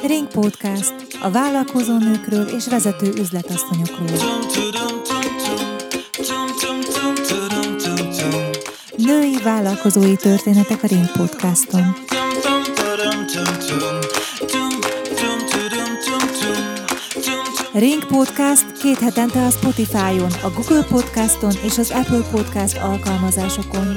Ring Podcast. A vállalkozó nőkről és vezető üzletasszonyokról. Női vállalkozói történetek a Ring Podcaston. Ring Podcast 2 hetente a Spotify-on, a Google Podcaston és az Apple Podcast alkalmazásokon.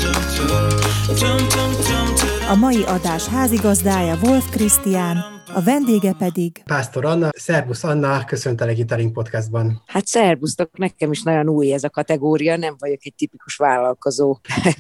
A mai adás házigazdája Wolf Krisztián, a vendége pedig Pásztor Anna. Szervusz Anna, köszöntelek itt a Ring Podcastban. Hát szervusztok, nekem is nagyon új ez a kategória, nem vagyok egy tipikus vállalkozó.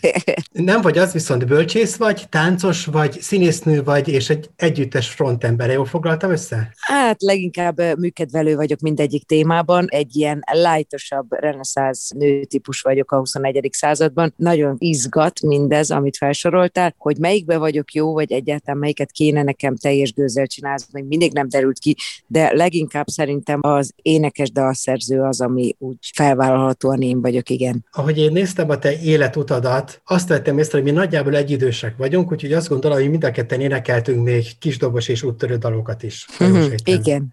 Nem vagy az, viszont bölcsész vagy, táncos vagy, színésznő vagy, és egy együttes frontember. Jól foglaltam össze? Hát leginkább műkedvelő vagyok mindegyik témában, egy ilyen lightosabb reneszánsz nőtípus vagyok a 21. században. Nagyon izgat mindez, amit felsoroltál, hogy melyikbe vagyok jó, vagy egyáltalán melyiket kéne nekem teljes gőzzel csinálni, még mindig nem derült ki, de leginkább szerintem az énekes dalszerző az, ami úgy felvállalhatóan én vagyok, igen. Ahogy én néztem a te életutadat, azt vettem észre, hogy mi nagyjából egyidősek vagyunk, úgyhogy azt gondolom, hogy mind a ketten énekeltünk még kisdobos és úttörő dalokat is. Igen.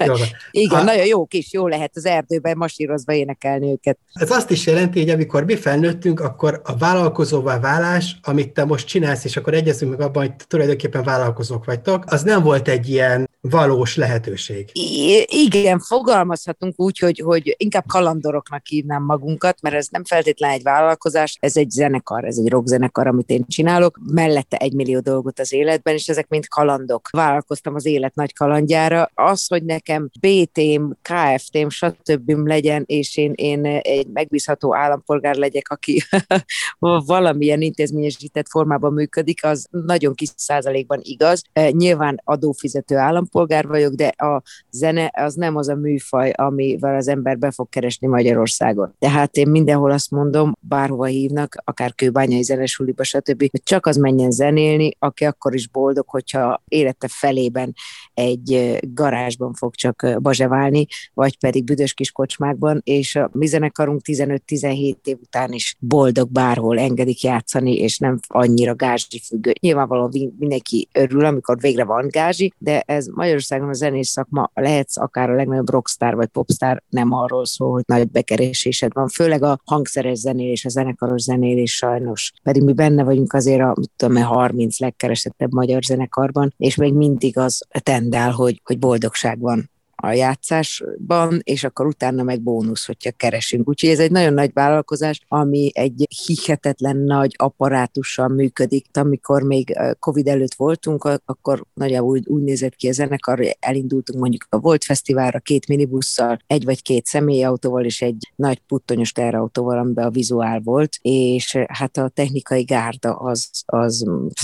Igen, nagyon jók is, jó lehet az erdőben masírozva énekelni őket. Ez azt is jelenti, hogy amikor mi felnőttünk, akkor a vállalkozóvá válás, amit te most csinálsz, és akkor egyezünk meg abban, hogy tulajdonképpen vállalkozók vagytok, az nem volt egy ilyen valós lehetőség. Igen, fogalmazhatunk úgy, hogy inkább kalandoroknak hívnám magunkat, mert ez nem feltétlenül egy vállalkozás, ez egy zenekar, ez egy rockzenekar, amit én csinálok, mellette 1 millió dolgot az életben, és ezek mind kalandok. Vállalkoztam az élet nagy kalandjára. Az, hogy nekem BT-m, KFT-m, stb. Legyen, és én egy megbízható állampolgár legyek, aki valamilyen intézményesített formában működik, az nagyon kis százalékban igaz. Nyilván adófizető állampolgár vagyok, de a zene az nem az a műfaj, amivel az ember be fog keresni Magyarországon. Tehát én mindenhol azt mondom, bárhova hívnak, akár kőbányai zenesuliba, stb., hogy csak az menjen zenélni, aki akkor is boldog, hogyha élete felében egy garázsban fog csak bazseválni, vagy pedig büdös kis kocsmákban, és a mi zenekarunk 15-17 év után is boldog bárhol engedik játszani, és nem annyira gázsi függő. Nyilvánvalóan mindenki örül, amikor végre van gázsi, de ez Magyarországon a zenés szakma, lehetsz akár a legnagyobb rockstar vagy popstar, nem arról szól, hogy nagy bekeresésed van, főleg a hangszeres zenélés, a zenekaros zenélés sajnos. Pedig mi benne vagyunk azért a 30 legkeresettebb magyar zenekarban, és még mindig az tendál, hogy boldogság van a játszásban, és akkor utána meg bónusz, hogyha keresünk. Úgyhogy ez egy nagyon nagy vállalkozás, ami egy hihetetlen nagy apparátussal működik. Amikor még Covid előtt voltunk, akkor nagyjából úgy nézett ki a zenekar, hogy elindultunk mondjuk a Volt Fesztiválra 2 minibusszal, 1 vagy 2 személyautóval, és egy nagy puttonyos teherautóval, amiben a vizuál volt, és hát a technikai gárda az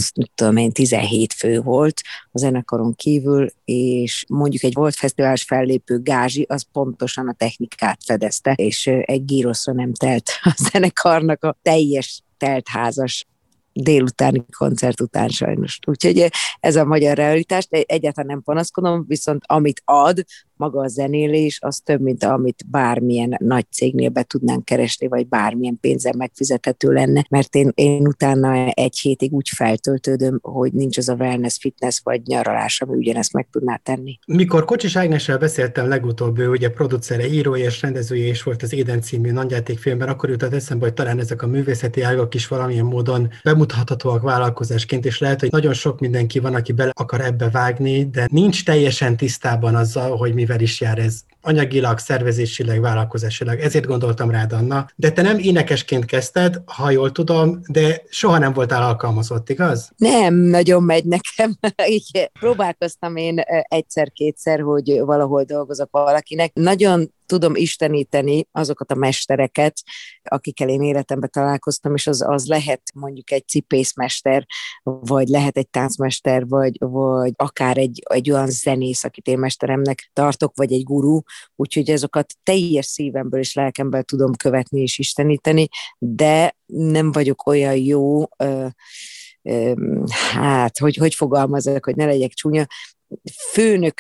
17 fő volt a zenekaron kívül, és mondjuk egy Volt Fesztivál fellépő gázsi, az pontosan a technikát fedezte, és egy gyroszra nem telt a zenekarnak a teljes teltházas délutáni koncert után sajnos. Úgyhogy ez a magyar realitás, egyáltalán nem panaszkodom, viszont amit ad, maga a zenélés, az több, mint amit bármilyen nagy cégnél be tudnánk keresni, vagy bármilyen pénzzel megfizethető lenne, mert én utána 1 hétig úgy feltöltődöm, hogy nincs az a wellness, fitness vagy nyaralás, ami ugyanezt meg tudná tenni. Mikor Kocsis Ágnessel beszéltem legutóbb, ő ugye producere, írója és rendezője is volt az Éden című nagyjátékfilmben, akkor jutott eszembe, hogy talán ezek a művészeti ágak is valamilyen módon bemutathatóak vállalkozásként, és lehet, hogy nagyon sok mindenki van, aki bele akar ebbe vágni, de nincs teljesen tisztában azzal, hogy mivel is jár ez anyagilag, szervezésileg, vállalkozásilag. Ezért gondoltam rád, Anna. De te nem énekesként kezdted, ha jól tudom, de soha nem voltál alkalmazott, igaz? Nem, nagyon megy nekem. Így próbálkoztam én egyszer-kétszer, hogy valahol dolgozok valakinek. Nagyon tudom isteníteni azokat a mestereket, akikkel én életemben találkoztam, és az lehet mondjuk egy cipészmester, vagy lehet egy táncmester, vagy akár egy olyan zenész, akit én mesteremnek tartok, vagy egy gurú, úgyhogy azokat teljes szívemből és lelkemből tudom követni és isteníteni, de nem vagyok olyan jó, hát, hogy fogalmazok, hogy ne legyek csúnya, főnökök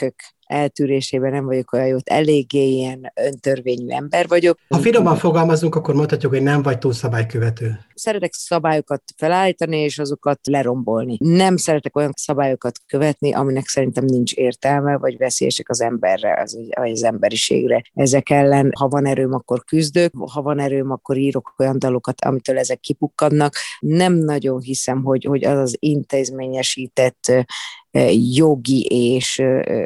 eltűrésében nem vagyok olyan jó, eléggé ilyen öntörvényű ember vagyok. Ha finoman fogalmazunk, akkor mondhatjuk, hogy nem vagy túl szabálykövető. Szeretek szabályokat felállítani, és azokat lerombolni. Nem szeretek olyan szabályokat követni, aminek szerintem nincs értelme, vagy veszélyesek az emberre, vagy az emberiségre. Ezek ellen, ha van erőm, akkor küzdök, ha van erőm, akkor írok olyan dalokat, amitől ezek kipukkadnak. Nem nagyon hiszem, hogy az intézményesített jogi és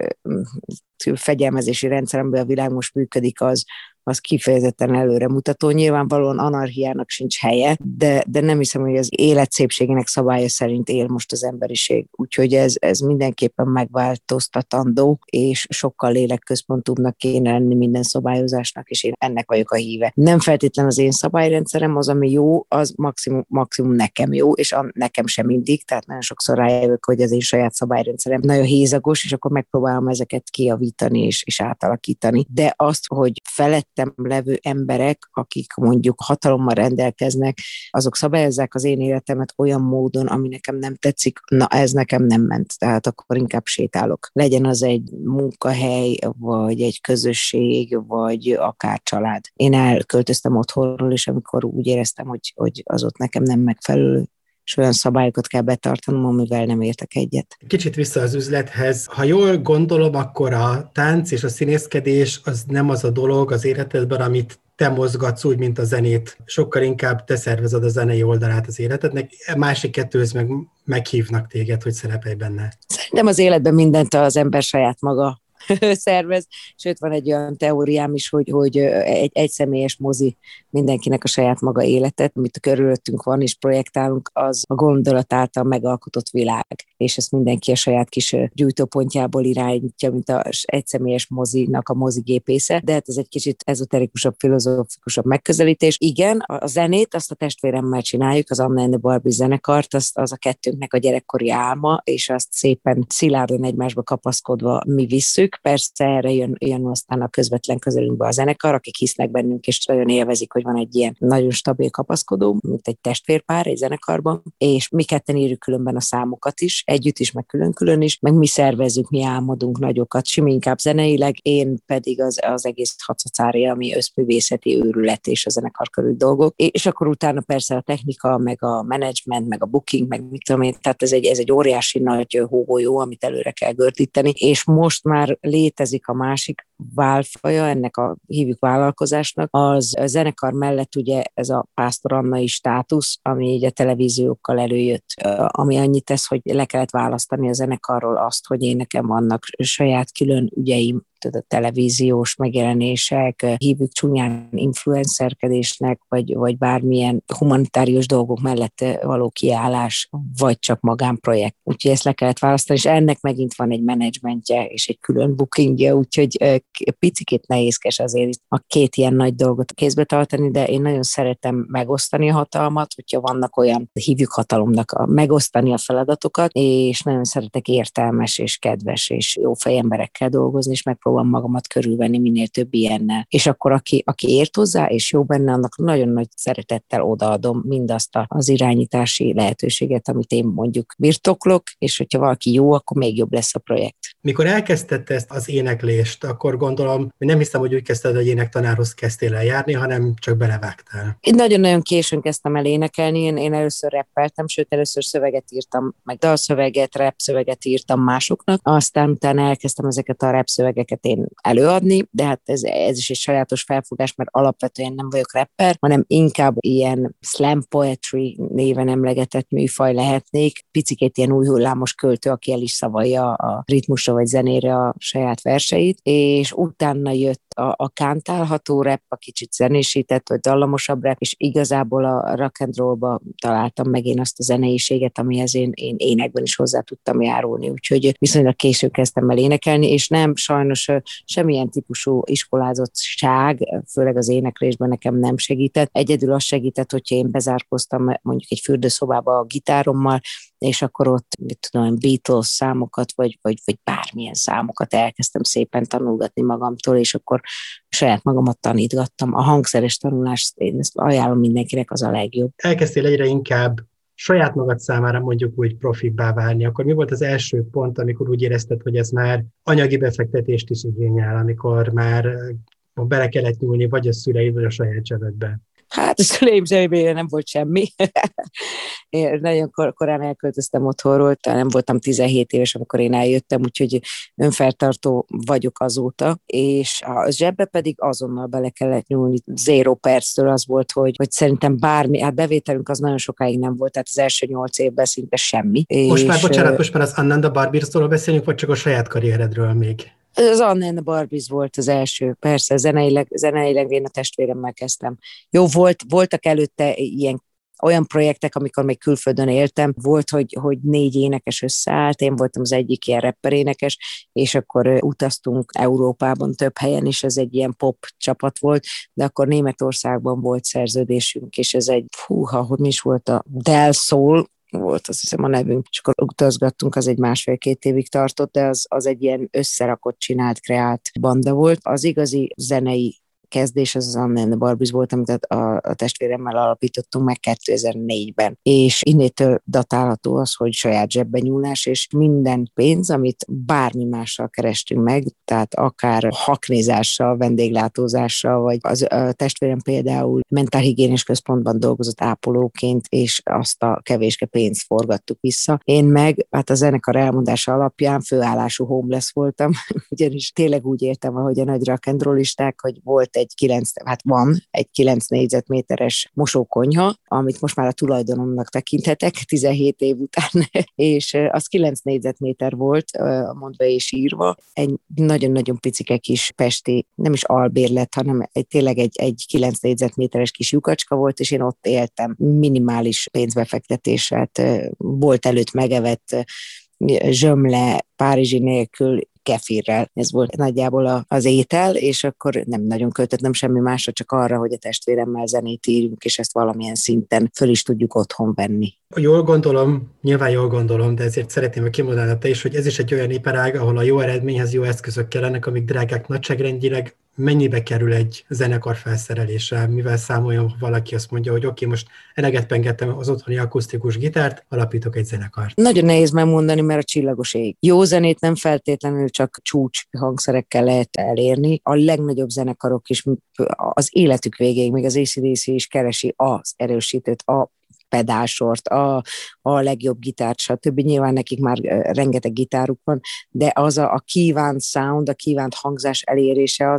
fegyelmezési rendszer, amiben a világ most működik, az kifejezetten előremutató. Nyilvánvalóan anarchiának sincs helye, de nem hiszem, hogy az élet szépségének szabálya szerint él most az emberiség. Úgyhogy ez mindenképpen megváltoztatandó, és sokkal lélekközpontúbbnak kéne lenni minden szabályozásnak, és én ennek vagyok a híve. Nem feltétlen az én szabályrendszerem, az, ami jó, az maximum nekem jó, és nekem sem mindig, tehát nagyon sokszor rájövök, hogy az én saját szabályrendszerem nagyon hézagos, és akkor megpróbálom ezeket kijavítani és átalakítani. De azt, hogy felettem levő emberek, akik mondjuk hatalommal rendelkeznek, azok szabályozzák az én életemet olyan módon, ami nekem nem tetszik, na ez nekem nem ment, tehát akkor inkább sétálok. Legyen az egy munkahely, vagy egy közösség, vagy akár család. Én elköltöztem otthonról, és amikor úgy éreztem, hogy az ott nekem nem megfelelő, és olyan szabályokat kell betartanom, amivel nem értek egyet. Kicsit vissza az üzlethez. Ha jól gondolom, akkor a tánc és a színészkedés az nem az a dolog az életedben, amit te mozgatsz úgy, mint a zenét. Sokkal inkább te szervezed a zenei oldalát az életednek. Másik kettőhöz meg meghívnak téged, hogy szerepelj benne. Szerintem az életben mindent az ember saját maga szervez, sőt van egy olyan teóriám is, hogy egy személyes mozi mindenkinek a saját maga életet, amit körülöttünk van és projektálunk, az a gondolat által megalkotott világ, és ezt mindenki a saját kis gyújtópontjából irányítja, mint az egyszemélyes mozinak a mozigépésze, de hát ez egy kicsit ezoterikusabb, filozófikusabb megközelítés. Igen, a zenét azt a testvéremmel csináljuk, az Anna and the Barbie zenekart, az a kettőnknek a gyerekkori álma, és azt szépen szilárdan egymásba kapaszkodva mi visszük. Persze erre jön aztán a közvetlen közelünkbe a zenekar, akik hisznek bennünk, és nagyon élvezik, hogy van egy ilyen nagyon stabil kapaszkodó, mint egy testvérpár egy zenekarban, és mi ketten írjuk különben a számokat is, együtt is, meg külön-külön is, meg mi szervezzük, mi álmodunk nagyokat, Simi inkább zeneileg, én pedig az egész hacacárja, ami összművészeti őrület és a zenekar körül dolgok, és akkor utána persze a technika, meg a menedzsment, meg a booking, meg mit tudom én, tehát ez egy óriási nagy hógolyó, amit előre kell gördíteni, és most már létezik a másik válfaja, ennek hívjuk vállalkozásnak, az a zenekar mellett ugye ez a Pásztor Annai státusz, ami így a televíziókkal előjött, ami annyit tesz, hogy le kellett választani a zenekarról azt, hogy én nekem vannak saját külön ügyeim, a televíziós megjelenések, hívjuk csúnyán influencerkedésnek, vagy bármilyen humanitárius dolgok mellett való kiállás, vagy csak magánprojekt. Úgyhogy ezt le kellett választani, és ennek megint van egy menedzsmentje, és egy külön bookingja, úgyhogy picikét nehézkes azért a két ilyen nagy dolgot kézbe tartani, de én nagyon szeretem megosztani a hatalmat, hogyha vannak olyan, hívjuk hatalomnak, megosztani a feladatokat, és nagyon szeretek értelmes és kedves és jó fejemberekkel dolgozni, és megpróbálom magamat körülvenni minél több ilyennel. És akkor aki ért hozzá, és jó benne, annak nagyon nagy szeretettel odaadom mindazt az irányítási lehetőséget, amit én mondjuk birtoklok, és hogyha valaki jó, akkor még jobb lesz a projekt. Mikor elkezdted ezt az éneklést, akkor gondolom, hogy nem hiszem, hogy úgy kezdted, hogy énektanárhoz kezdtél el járni, hanem csak belevágtál. Én nagyon-nagyon későn kezdtem el énekelni, én először rappeltem, sőt először szöveget írtam, meg dalszöveget, rap szöveget írtam másoknak, aztán utána elkezdtem ezeket a rap szövegeket én előadni, de hát ez is egy sajátos felfogás, mert alapvetően nem vagyok rapper, hanem inkább ilyen slam poetry néven emlegetett műfaj lehetnék, picikét ilyen új hullámos költő, aki el is szavalja a ritmusra vagy zenére a saját verseit, és utána jött a kántálható rap, a kicsit zenésített, vagy dallamosabb rap, és igazából a rock and rollba találtam meg én azt a zeneiséget, amihez én énekben is hozzá tudtam járulni, úgyhogy viszonylag később kezdtem el énekelni, és nem sajnos semmilyen típusú iskolázottság, főleg az éneklésben nekem nem segített. Egyedül az segített, hogyha én bezárkoztam mondjuk egy fürdőszobába a gitárommal, és akkor ott, mit tudom, Beatles számokat, vagy bármilyen számokat elkezdtem szépen tanulgatni magamtól, és akkor saját magamat tanítgattam. A hangszeres tanulást én ezt ajánlom mindenkinek, az a legjobb. Elkezdtél egyre inkább saját magad számára mondjuk úgy profibbá válni, akkor mi volt az első pont, amikor úgy érezted, hogy ez már anyagi befektetést is igényel, amikor már bele kellett nyúlni, vagy a szüleid, vagy a saját zsebedbe? Hát a szüleim zsebében nem volt semmi. Én nagyon korán elköltöztem otthonról, talán nem voltam 17 éves, amikor én eljöttem, úgyhogy önfeltartó vagyok azóta, és a zsebbe pedig azonnal bele kellett nyúlni. 0 perctől az volt, hogy szerintem bármi, hát bevételünk az nagyon sokáig nem volt, tehát az első 8 évben szinte semmi. Most már, bocsánat, most már az Anna and the Barbies-ról beszélünk, vagy csak a saját karrieredről még? Az Anna and the Barbies volt az első, persze, zeneileg én a testvéremmel kezdtem. Jó, voltak előtte olyan projektek, amikor még külföldön éltem, volt, hogy 4 énekes összeállt, én voltam az egyik ilyen rapper énekes, és akkor utaztunk Európában több helyen, és ez egy ilyen pop csapat volt, de akkor Németországban volt szerződésünk, és ez egy, hogy mi is volt a Del Soul, volt azt hiszem a nevünk, és akkor utazgattunk, az egy 1,5-2 évig tartott, de az egy ilyen összerakott, kreált banda volt. Az igazi zenei kezdés az Anna and the Barbies volt, amit a testvéremmel alapítottunk meg 2004-ben. És innétől datálható az, hogy saját zsebbe nyúlás, és minden pénz, amit bármi mással kerestünk meg, tehát akár haknézással, vendéglátózással, vagy a testvérem például mentálhigiénés központban dolgozott ápolóként, és azt a kevéske pénzt forgattuk vissza. Én meg, hát a zenekar elmondása alapján főállású homeless voltam, ugyanis tényleg úgy éltem, ahogy a nagy rock'n'rollisták, hogy van egy 9 négyzetméteres mosókonyha, amit most már a tulajdonomnak tekinthetek 17 év után, és az 9 négyzetméter volt, mondva és írva. Egy nagyon-nagyon picike kis pesti, nem is albérlet, hanem tényleg egy 9 négyzetméteres kis lyukacska volt, és én ott éltem minimális pénzbefektetéssel, bolt előtt megevett zsömle, párizsi nélkül, kefirrel. Ez volt nagyjából az étel, és akkor nem nagyon költöttem semmi másra, csak arra, hogy a testvéremmel zenét írjunk, és ezt valamilyen szinten föl is tudjuk otthon venni. Nyilván jól gondolom, de ezért szeretném kimondani te is, hogy ez is egy olyan iparág, ahol a jó eredményhez jó eszközök kellenek, amik drágák nagyságrendileg. Mennyibe kerül egy zenekar felszerelése, mivel számoljon valaki, azt mondja, hogy oké, most eleget pengettem az otthoni akusztikus gitárt, alapítok egy zenekart. Nagyon nehéz megmondani, mert a csillagos ég. Jó zenét nem feltétlenül csak csúcs hangszerekkel lehet elérni. A legnagyobb zenekarok is az életük végéig, még az AC/DC is keresi az erősítőt, a pedálsort, a legjobb gitárt, stb. Nyilván nekik már rengeteg gitáruk van, de az a kívánt sound, a kívánt hangzás elérése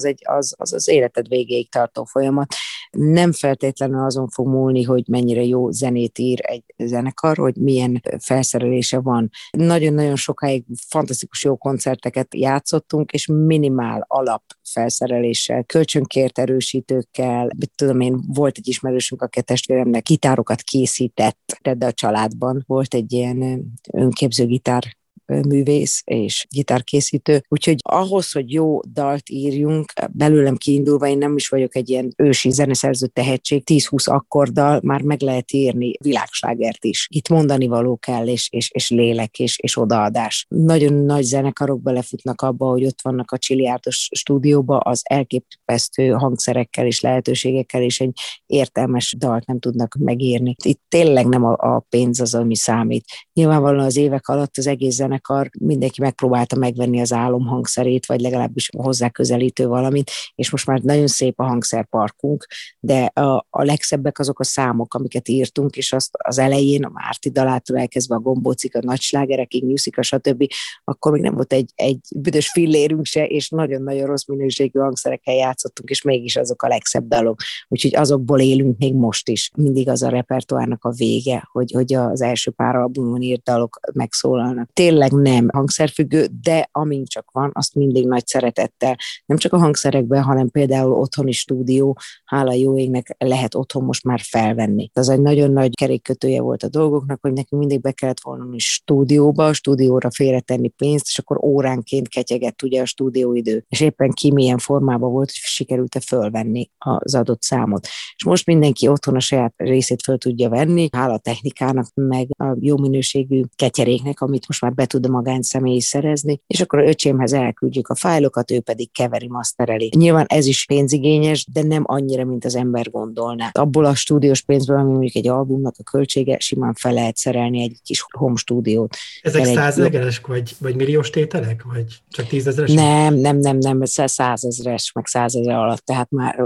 az életed végéig tartó folyamat. Nem feltétlenül azon fog múlni, hogy mennyire jó zenét ír egy zenekar, hogy milyen felszerelése van. Nagyon-nagyon sokáig fantasztikus jó koncerteket játszottunk, és minimál alap felszereléssel, kölcsönkért erősítőkkel. Tudom én, volt egy ismerősünk, aki a testvéremnek gitárokat készített, de a családban volt egy ilyen önképző gitár művész és gitárkészítő. Úgyhogy ahhoz, hogy jó dalt írjunk, belőlem kiindulva én nem is vagyok egy ilyen ősi zeneszerző tehetség, 10-20 akkorddal már meg lehet írni világslágert is. Itt mondani való kell, és lélek, és odaadás. Nagyon nagy zenekarok belefutnak abba, hogy ott vannak a Chiliárdos stúdióba, az elképesztő hangszerekkel és lehetőségekkel, és egy értelmes dalt nem tudnak megírni. Itt tényleg nem a pénz az, ami számít. Nyilvánvalóan az évek alatt az egész zenekar mindenki megpróbálta megvenni az álomhangszerét, vagy legalábbis hozzá közelítő valamit, és most már nagyon szép a hangszerparkunk, de a legszebbek azok a számok, amiket írtunk, és azt az elején, a Márti dalától elkezdve a Gombócik, a nagy slágerekig, Nyuszika, stb., akkor még nem volt egy büdös fillérünk se, és nagyon-nagyon rossz minőségű hangszerekkel játszottunk, és mégis azok a legszebb dalok. Úgyhogy azokból élünk még most is. Mindig az a repertoárnak a vége, hogy az első pár albumon írt dalok megszólalnak. Tényleg nem hangszerfüggő, de amint csak van, azt mindig nagy szeretettel. Nem csak a hangszerekben, hanem például otthoni stúdió, hála jó égnek lehet otthon most már felvenni. Ez egy nagyon nagy kerékkötője volt a dolgoknak, hogy nekünk mindig be kellett volna stúdióba, a stúdióra félretenni pénzt, és akkor óránként ketyegett ugye a stúdióidő. És éppen ki milyen formában volt, hogy sikerült-e fölvenni az adott számot. És most mindenki otthon a saját részét föl tudja venni, hála a technikának, meg a jó minőségű ketyeréknek, amit most már be tud a magánszemély szerezni, és akkor öcsémhez elküldjük a fájlokat, ő pedig keveri, masztereli. Nyilván ez is pénzigényes, de nem annyira, mint az ember gondolná. Abból a stúdiós pénzből, ami mondjuk egy albumnak a költsége, simán fel lehet szerelni egy kis home stúdiót. Ezek 100 000-es vagy milliós tételek? Vagy csak 10 000-es? Nem, 100 000-es, meg 100 000 alatt, tehát már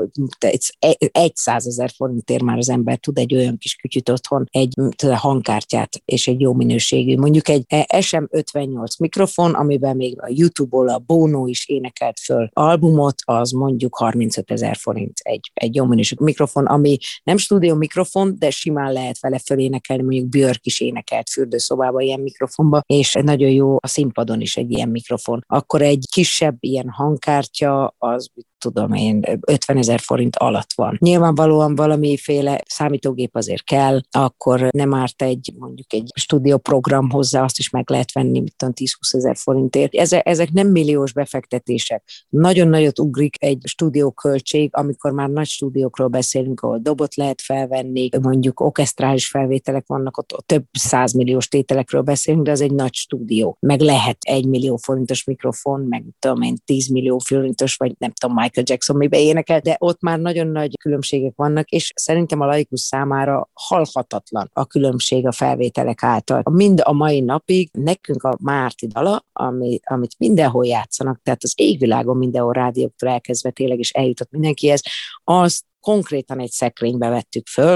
egy 100 000 forintért már az ember tud egy olyan kis kütyüt otthon, egy hangkártyát és egy jó minőségű, mondjuk egy SM58 mikrofon, amiben még a YouTube-ból a Bono is énekelt föl albumot, az mondjuk 35 000 forint egy jó minőségű mikrofon, ami nem stúdió mikrofon, de simán lehet vele fölénekelni, mondjuk Björk is énekelt fürdőszobába ilyen mikrofonba, és nagyon jó a színpadon is egy ilyen mikrofon. Akkor egy kisebb ilyen hangkártya, az tudom én, 50 000 forint alatt van. Nyilvánvalóan valamiféle számítógép azért kell, akkor nem árt mondjuk egy stúdióprogram hozzá, azt is meg lehet venni, mit tudom, 10-20 000 forintért. Ezek nem milliós befektetések. Nagyon nagyot ugrik egy stúdióköltség, amikor már nagy stúdiókról beszélünk, ahol dobot lehet felvenni, mondjuk orkesztrális felvételek vannak, ott több 100 milliós tételekről beszélünk, de az egy nagy stúdió. Meg lehet 1 millió forintos mikrofon, meg tudom én 10 millió forintos, vagy nem tudom, Michael Jackson mibe énekel, de ott már nagyon nagy különbségek vannak, és szerintem a laikus számára halhatatlan a különbség a felvételek által. Mind a mai napig nekünk a Márti dala, amit mindenhol játszanak, tehát az égvilágon mindenhol rádióktól elkezdve tényleg is eljutott mindenkihez, azt konkrétan egy szekrénybe vettük föl,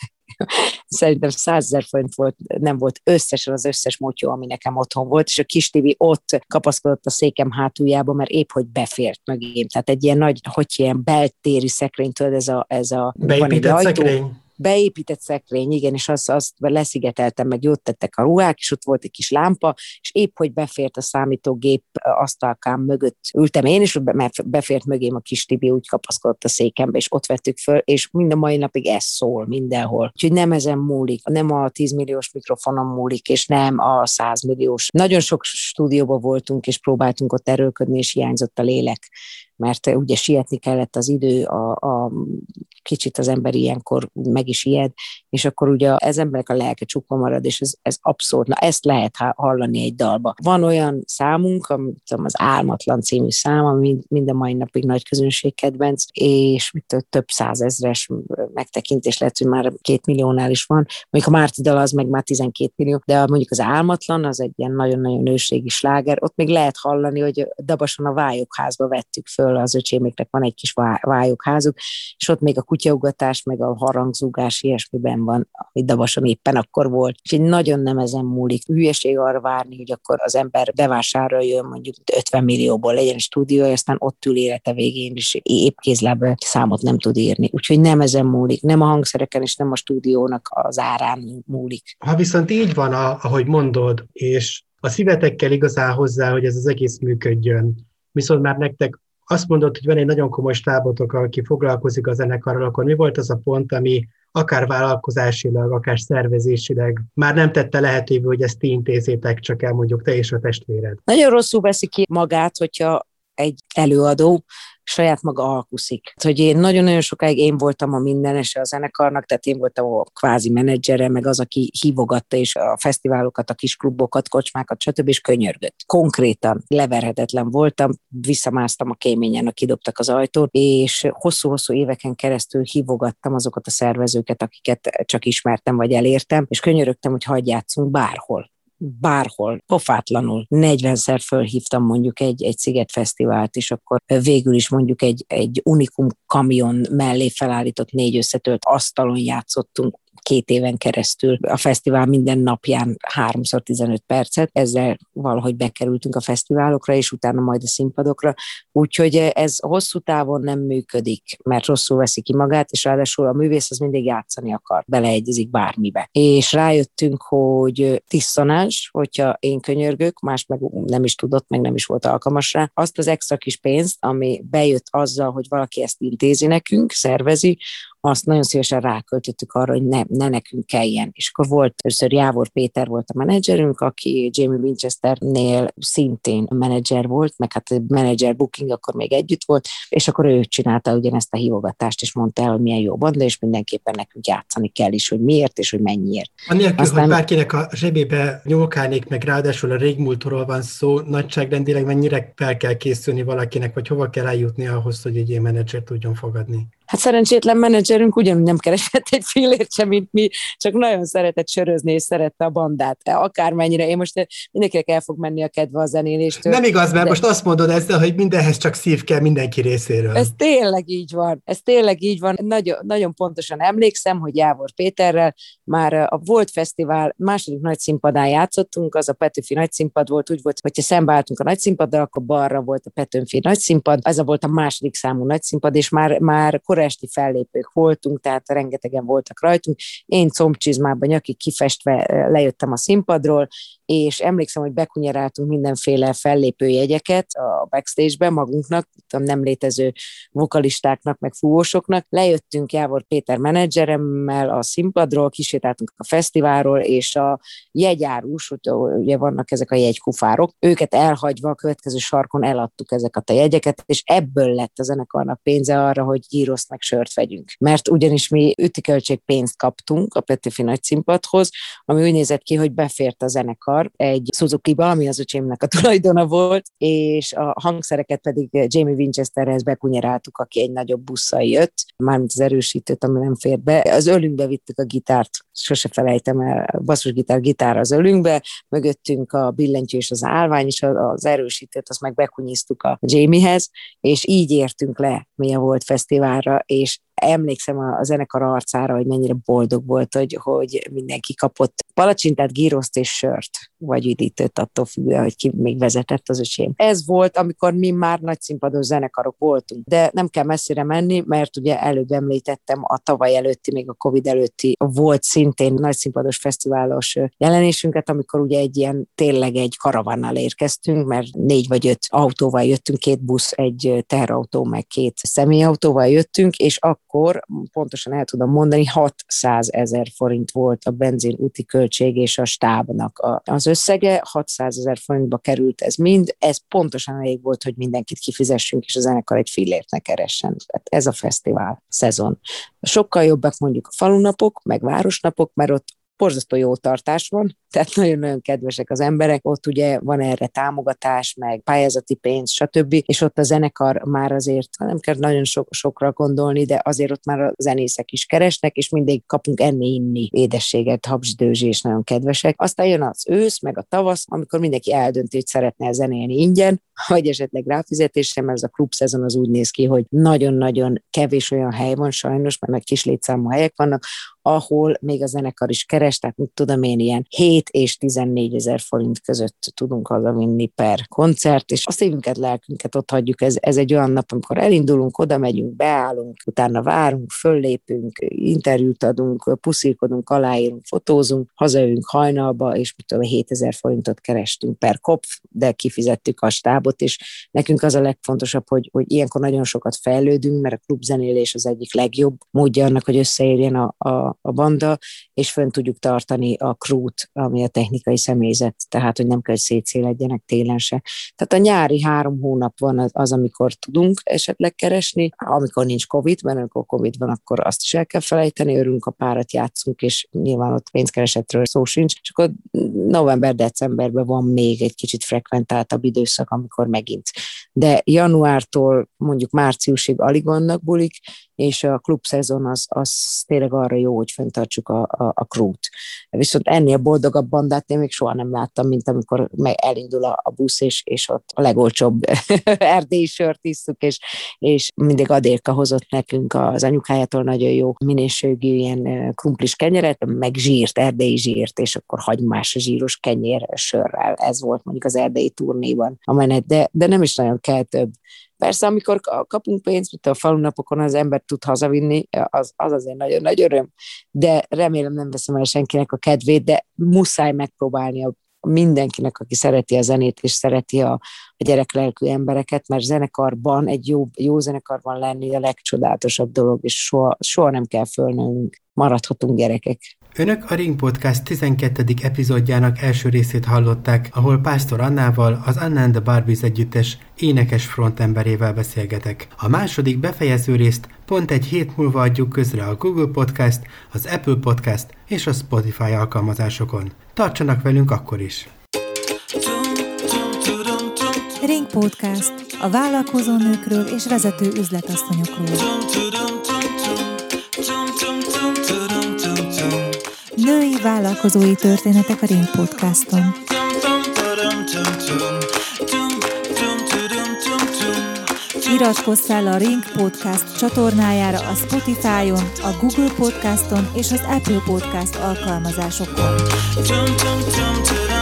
szerintem 100 000 forint volt, nem volt összesen az összes motyó, ami nekem otthon volt, és a kis Tibi ott kapaszkodott a székem hátuljába, mert épp hogy befért mögém. Tehát egy ilyen nagy, ilyen beltéri szekrény, tudod, ez a beépített szekrény? Beépített szekrény, igen, és azt leszigeteltem, meg jót tettek a ruhák, és ott volt egy kis lámpa, és épp hogy befért a számítógép asztalkám mögött ültem én, és befért mögém a kis Tibi, úgy kapaszkodott a székembe, és ott vettük föl, és mind a mai napig ez szól mindenhol. Úgyhogy nem ezen múlik, nem a 10 milliós mikrofonon múlik, és nem a 100 milliós. Nagyon sok stúdióban voltunk, és próbáltunk ott erőlködni, és hiányzott a lélek, mert ugye sietni kellett az idő, kicsit az ember ilyenkor meg is ijed, és akkor ugye az emberek a lelke csukva marad, és ez abszolút, na ezt lehet hallani egy dalba. Van olyan számunk, az Álmatlan című szám, ami mind a mai napig nagy közönségkedvenc, és több 100 000-es megtekintés lett, hogy már 2 milliónál is van. Mondjuk a Márti dal az meg már 12 millió, de mondjuk az Álmatlan az egy ilyen nagyon-nagyon nőségi sláger, ott még lehet hallani, hogy Dabason a Vályokházba vettük föl, az öcséméknek van egy kis vályokházuk, és ott még a kutyaugatás, meg a harangzúgás ilyesmiben van, amit Dabason éppen akkor volt. És így nagyon nem ezen múlik. Hülyeség arra várni, hogy akkor az ember bevásároljon mondjuk 50 millióból, legyen stúdiója, aztán ott ül élete végén, és épp kézláb számot nem tud írni. Úgyhogy nem ezen múlik, nem a hangszereken, és nem a stúdiónak az árán múlik. Ha viszont így van, ahogy mondod, és a szívetekkel igazán hozzá, hogy ez az egész működjön, viszont már nektek azt mondod, hogy van egy nagyon komoly stábotok, aki foglalkozik a zenekarral, akkor mi volt az a pont, ami akár vállalkozásilag, akár szervezésileg már nem tette lehetővé, hogy ezt ti intézzétek, csak el mondjuk te és a testvéred? Nagyon rosszul veszi ki magát, hogyha egy előadó saját maga alkuszik. Hogy én nagyon-nagyon sokáig én voltam a mindenese a zenekarnak, tehát én voltam a kvázi menedzsere, meg az, aki hívogatta és a fesztiválokat, a kis klubokat, kocsmákat, stb. És könyörgött. Konkrétan leverhetetlen voltam, visszamásztam a kéményen, a kidobtak az ajtón, és hosszú-hosszú éveken keresztül hívogattam azokat a szervezőket, akiket csak ismertem vagy elértem, és könyörögtem, hogy hagyj játszunk bárhol, pofátlanul. 40-szer fölhívtam mondjuk egy szigetfesztivált, és akkor végül is mondjuk egy Unikum kamion mellé felállított 4 összetölt asztalon játszottunk 2 éven keresztül a fesztivál minden napján 3x 15 percet, ezzel valahogy bekerültünk a fesztiválokra, és utána majd a színpadokra, úgyhogy ez hosszú távon nem működik, mert rosszul veszi ki magát, és ráadásul a művész az mindig játszani akar, beleegyezik bármibe. És rájöttünk, hogy diszonás, hogyha én könyörgök, más meg nem is tudott, meg nem is volt alkalmas rá, azt az extra kis pénzt, ami bejött azzal, hogy valaki ezt intézi nekünk, szervezi, azt nagyon szívesen ráköltöttük arra, hogy ne nekünk kelljen. És akkor volt először Jávor Péter volt a menedzserünk, aki Jamie Winchesternél szintén menedzser volt, meg hát a menedzser booking akkor még együtt volt, és akkor ő csinálta ugyanezt a hívogatást, és mondta el, hogy milyen jó banda, és mindenképpen nekünk játszani kell is, hogy miért, és hogy mennyiért. Anélkül, hogy bárkinek a zsebébe nyolkálnék, meg ráadásul a régmúltról van szó, nagyságrendileg mennyire fel kell készülni valakinek, vagy hova kell eljutni ahhoz, hogy egy ilyen menedzser tudjon fogadni? Hát szerencsétlen menedzserünk ugyanúgy nem keresett egy fillért sem, mint mi, csak nagyon szeretett sörözni, és szerette a bandát. Akármennyire. Én most mindenkinek el fog menni a kedve a zenéléstől. Nem igaz, mert most azt mondod ezzel, hogy mindenhez csak szív kell mindenki részéről. Ez tényleg így van. Nagyon, nagyon pontosan emlékszem, hogy Jávor Péterrel már a Volt Fesztivál második nagyszínpadán játszottunk, az a Petőfi nagyszínpad volt, úgy volt, hogyha szembeálltunk a nagyszínpaddal, akkor balra volt a Petőfi nagyszínpad, ez volt a második számú nagyszínpad, és már esti fellépők voltunk, tehát rengetegen voltak rajtunk. Én combcsizmában, nyakig kifestve lejöttem a színpadról, és emlékszem, hogy bekunyeráltunk mindenféle fellépőjegyeket a backstage-be magunknak, nem létező vokalistáknak, meg fúvósoknak. Lejöttünk Jávor Péter menedzseremmel a színpadról, kisétáltunk a fesztiválról, és a jegyárus, ugye vannak ezek a jegykufárok, őket elhagyva a következő sarkon eladtuk ezeket a jegyeket, és ebből lett a zenekarnak pénze arra, hogy gyrozt meg sört vegyünk. Mert ugyanis mi ütiköltség pénzt kaptunk a Petőfi nagyszínpadhoz, ami úgy nézett ki, hogy befért a zenekar egy Suzuki-ba, ami az öcsémnek a tulajdona volt, és a hangszereket pedig Jamie Winchesterhez bekunyeráltuk, aki egy nagyobb busszal jött, mármint az erősítőt, ami nem fért be. Az ölünkbe vittük a gitárt, sose felejtem el, a basszusgitár az ölünkbe, mögöttünk a billentyű és az állvány, és az erősítőt azt meg bekunyiztuk a Jamiehez, és így értünk le mi a Volt Fesztiválra, és emlékszem a zenekar arcára, hogy mennyire boldog volt, hogy mindenki kapott palacsintát, gíroszt és sört, vagy üdítőt, attól függően, hogy ki még vezetett az öcsém. Ez volt, amikor mi már nagyszínpados zenekarok voltunk, de nem kell messzire menni, mert ugye előbb említettem a tavaly előtti, még a Covid előtti volt szintén nagyszínpados fesztiválos jelenésünket, amikor ugye tényleg egy karavánnal érkeztünk, mert 4 vagy 5 autóval jöttünk, 2 busz, egy teherautó, meg 2 személyautóval jöttünk, és akkor pontosan el tudom mondani, 600 000 forint volt a benzin úti költség és a stábnak az összege, 600 000 forintba került ez mind, ez pontosan elég volt, hogy mindenkit kifizessünk, és a zenekar egy fillért ne keressen. Ez a fesztivál szezon. Sokkal jobbak mondjuk a falunapok, meg városnapok, mert ott borzasztó jó tartás van, tehát nagyon-nagyon kedvesek az emberek, ott ugye van erre támogatás, meg pályázati pénz, stb. És ott a zenekar már azért, nem kell nagyon sokra gondolni, de azért ott már a zenészek is keresnek, és mindig kapunk enni-inni édességet, habzsidőzsi, és nagyon kedvesek. Aztán jön az ősz, meg a tavasz, amikor mindenki eldönti, hogy szeretne zenélni ingyen, vagy esetleg ráfizetésre, mert ez a klubszezon az úgy néz ki, hogy nagyon-nagyon kevés olyan hely van sajnos, mert nagy kis létszámú helyek vannak, ahol még a zenekar is keres, tehát mit tudom én, ilyen 7 és 14 000 forint között tudunk hazavinni per koncert, és a szívünket, lelkünket ott hagyjuk. Ez egy olyan nap, amikor elindulunk, oda megyünk, beállunk, utána várunk, föllépünk, interjút adunk, puszilkodunk, aláírunk, fotózunk, hazajövünk hajnalba, és mit tudom, 7000 forintot kerestünk per kopf, de kifizettük a stábot, és nekünk az a legfontosabb, hogy ilyenkor nagyon sokat fejlődünk, mert a klubzenélés az egyik legjobb módja annak, hogy összeérjen a banda, és fönn tudjuk tartani a crewt, ami a technikai személyzet, tehát, hogy nem kell, hogy szétszéledjenek télen se. Tehát a nyári 3 hónap van az, amikor tudunk esetleg keresni, amikor nincs Covid, mert amikor Covid van, akkor azt is el kell felejteni, örülünk, a párat játszunk, és nyilván ott pénzkeresetről szó sincs, és akkor november-decemberben van még egy kicsit frekventáltabb időszak, amikor megint. De januártól mondjuk márciusig alig vannak bulik, és a klubszezon az tényleg arra jó, hogy fenntartsuk a crewt. Viszont ennél boldogabb bandát én még soha nem láttam, mint amikor elindul a busz, és ott a legolcsóbb erdélyi sört isszuk, és mindig Adélka hozott nekünk az anyukájától nagyon jó minőségű ilyen krumplis kenyeret, meg zsírt, erdélyi zsírt, és akkor hagymás zsíros kenyér sörrel. Ez volt mondjuk az erdélyi turnéban a menet, de nem is nagyon kell több. Persze, amikor kapunk pénzt, mint a falunapokon az ember tud hazavinni, az azért nagyon nagy öröm, de remélem nem veszem el senkinek a kedvét, de muszáj megpróbálni mindenkinek, aki szereti a zenét, és szereti a gyereklelkű embereket, mert zenekarban, egy jó zenekarban lenni a legcsodálatosabb dolog, és soha nem kell fölnőnünk, maradhatunk gyerekek. Önök a Ring Podcast 12. epizódjának első részét hallották, ahol Pásztor Annával, az Anna and the Barbies együttes énekes frontemberével beszélgetek. A második befejező részt pont egy hét múlva adjuk közre a Google Podcast, az Apple Podcast és a Spotify alkalmazásokon. Tartsanak velünk akkor is! Ring Podcast. A vállalkozó nőkről és vezető üzletasszonyokról. Női vállalkozói történetek a Ring Podcaston. Iratkozz fel a Ring Podcast csatornájára a Spotify-on, a Google Podcaston és az Apple Podcast alkalmazásokon.